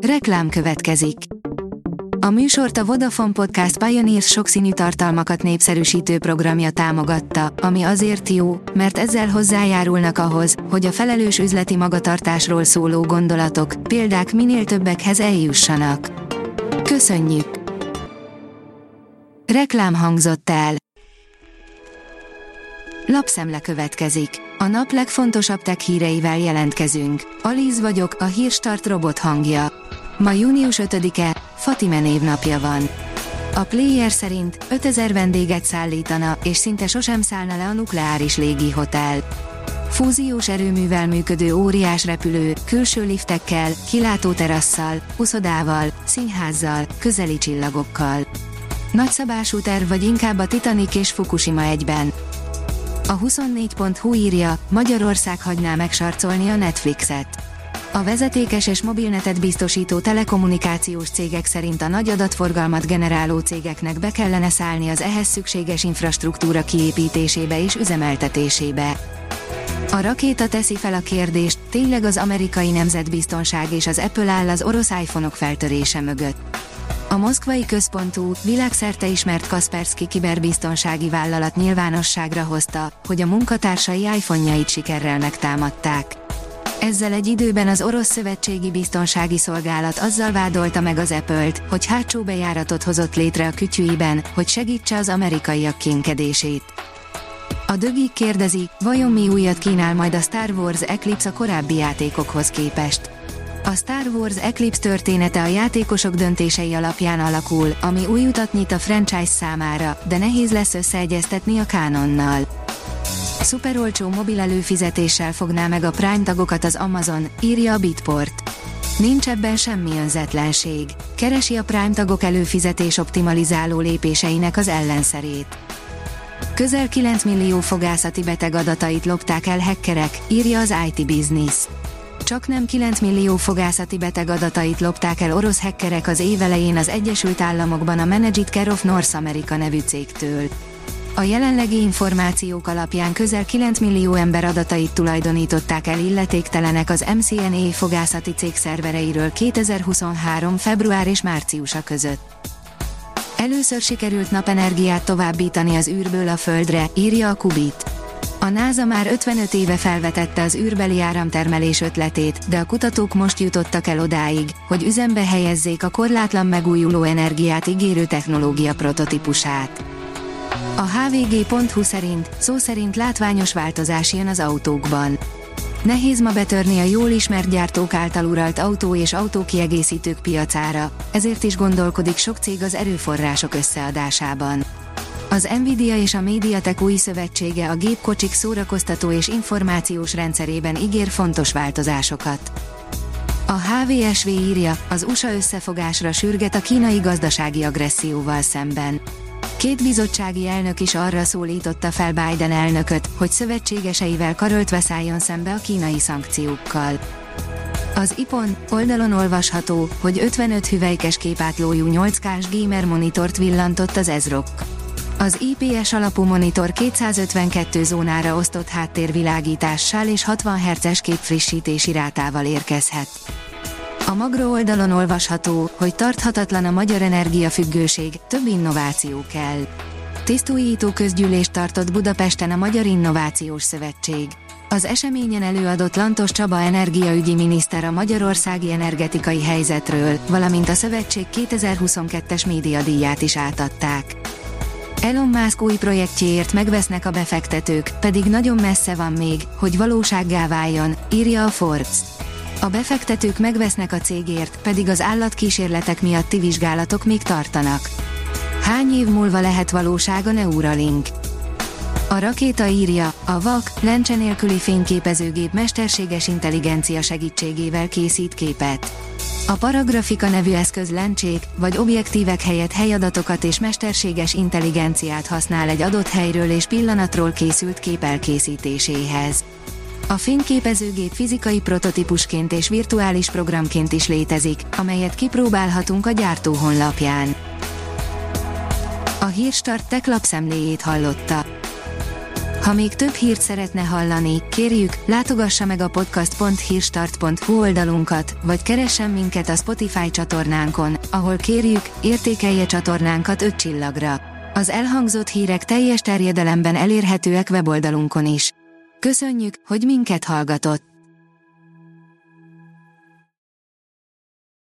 Reklám következik. A műsort a Vodafone Podcast Pioneers sokszínű tartalmakat népszerűsítő programja támogatta, ami azért jó, mert ezzel hozzájárulnak ahhoz, hogy a felelős üzleti magatartásról szóló gondolatok, példák minél többekhez eljussanak. Köszönjük! Reklám hangzott el. Lapszemle következik. A nap legfontosabb tech híreivel jelentkezünk. Alíz vagyok, a Hírstart robot hangja. Ma június 5-e, Fatime névnapja van. A Player szerint 5000 vendéget szállítana, és szinte sosem szállna le a nukleáris légihotel. Fúziós erőművel működő óriás repülő, külső liftekkel, kilátó-terasszal, uszodával, színházzal, közeli csillagokkal. Nagyszabású terv vagy inkább a Titanic és Fukushima egyben. A 24.hu írja, Magyarország hagyná megsarcolni a Netflixet. A vezetékes és mobilnetet biztosító telekommunikációs cégek szerint a nagy adatforgalmat generáló cégeknek be kellene szállni az ehhez szükséges infrastruktúra kiépítésébe és üzemeltetésébe. A rakéta teszi fel a kérdést, tényleg az amerikai nemzetbiztonság és az Apple áll az orosz iPhone-ok feltörése mögött. A moszkvai központú, világszerte ismert Kaspersky kiberbiztonsági vállalat nyilvánosságra hozta, hogy a munkatársai iPhone-jait sikerrel megtámadták. Ezzel egy időben az orosz szövetségi biztonsági szolgálat azzal vádolta meg az Apple-t, hogy hátsó bejáratot hozott létre a kütyűiben, hogy segítse az amerikaiak kémkedését. A The Geek kérdezi, vajon mi újat kínál majd a Star Wars Eclipse a korábbi játékokhoz képest. A Star Wars Eclipse története a játékosok döntései alapján alakul, ami új utat nyit a franchise számára, de nehéz lesz összeegyeztetni a kánonnal. Szuperolcsó mobil előfizetéssel fogná meg a Prime tagokat az Amazon, írja a Bitport. Nincs ebben semmi önzetlenség. Keresi a Prime tagok előfizetés optimalizáló lépéseinek az ellenszerét. Közel 9 millió fogászati beteg adatait lopták el hackerek, írja az IT Business. Csaknem 9 millió fogászati beteg adatait lopták el orosz hackerek az év elején az Egyesült Államokban a Managed Care of North America nevű cégtől. A jelenlegi információk alapján közel 9 millió ember adatait tulajdonították el illetéktelenek az MCNA fogászati cég szervereiről 2023. február és márciusa között. Először sikerült napenergiát továbbítani az űrből a Földre, írja a Kubit. A NASA már 55 éve felvetette az űrbeli áramtermelés ötletét, de a kutatók most jutottak el odáig, hogy üzembe helyezzék a korlátlan megújuló energiát ígérő technológia prototípusát. A hvg.hu szerint, szó szerint látványos változás jön az autókban. Nehéz ma betörni a jól ismert gyártók által uralt autó és autókiegészítők piacára, ezért is gondolkodik sok cég az erőforrások összeadásában. Az Nvidia és a MediaTek új szövetsége a gépkocsik szórakoztató és információs rendszerében ígér fontos változásokat. A HVSV írja, az USA összefogásra sürget a kínai gazdasági agresszióval szemben. Két bizottsági elnök is arra szólította fel Biden elnököt, hogy szövetségeseivel karöltve szálljon szembe a kínai szankciókkal. Az IPON oldalon olvasható, hogy 55 hüvelykes képátlójú 8K-s gamer monitort villantott az ASRock. Az IPS alapú monitor 252 zónára osztott háttérvilágítással és 60 Hz-es képfrissítési rátával érkezhet. A Magro oldalon olvasható, hogy tarthatatlan a magyar energiafüggőség, több innováció kell. Tisztújító közgyűlést tartott Budapesten a Magyar Innovációs Szövetség. Az eseményen előadott Lantos Csaba energiaügyi miniszter a magyarországi energetikai helyzetről, valamint a szövetség 2022-es médiadíját is átadták. Elon Musk új projektjéért megvesznek a befektetők, pedig nagyon messze van még, hogy valósággá váljon, írja a Forbes. A befektetők megvesznek a cégért, pedig az állatkísérletek miatti vizsgálatok még tartanak. Hány év múlva lehet valóság a Neuralink? A rakéta írja, a VAK, lencse nélküli fényképezőgép mesterséges intelligencia segítségével készít képet. A Paragrafika nevű eszköz lencsék, vagy objektívek helyett helyadatokat és mesterséges intelligenciát használ egy adott helyről és pillanatról készült kép elkészítéséhez. A fényképezőgép fizikai prototípusként és virtuális programként is létezik, amelyet kipróbálhatunk a gyártó honlapján. A Hírstart Tech lapszemléjét hallotta. Ha még több hírt szeretne hallani, kérjük, látogassa meg a podcast.hírstart.hu oldalunkat, vagy keressen minket a Spotify csatornánkon, ahol kérjük, értékelje csatornánkat 5 csillagra. Az elhangzott hírek teljes terjedelemben elérhetőek weboldalunkon is. Köszönjük, hogy minket hallgatott!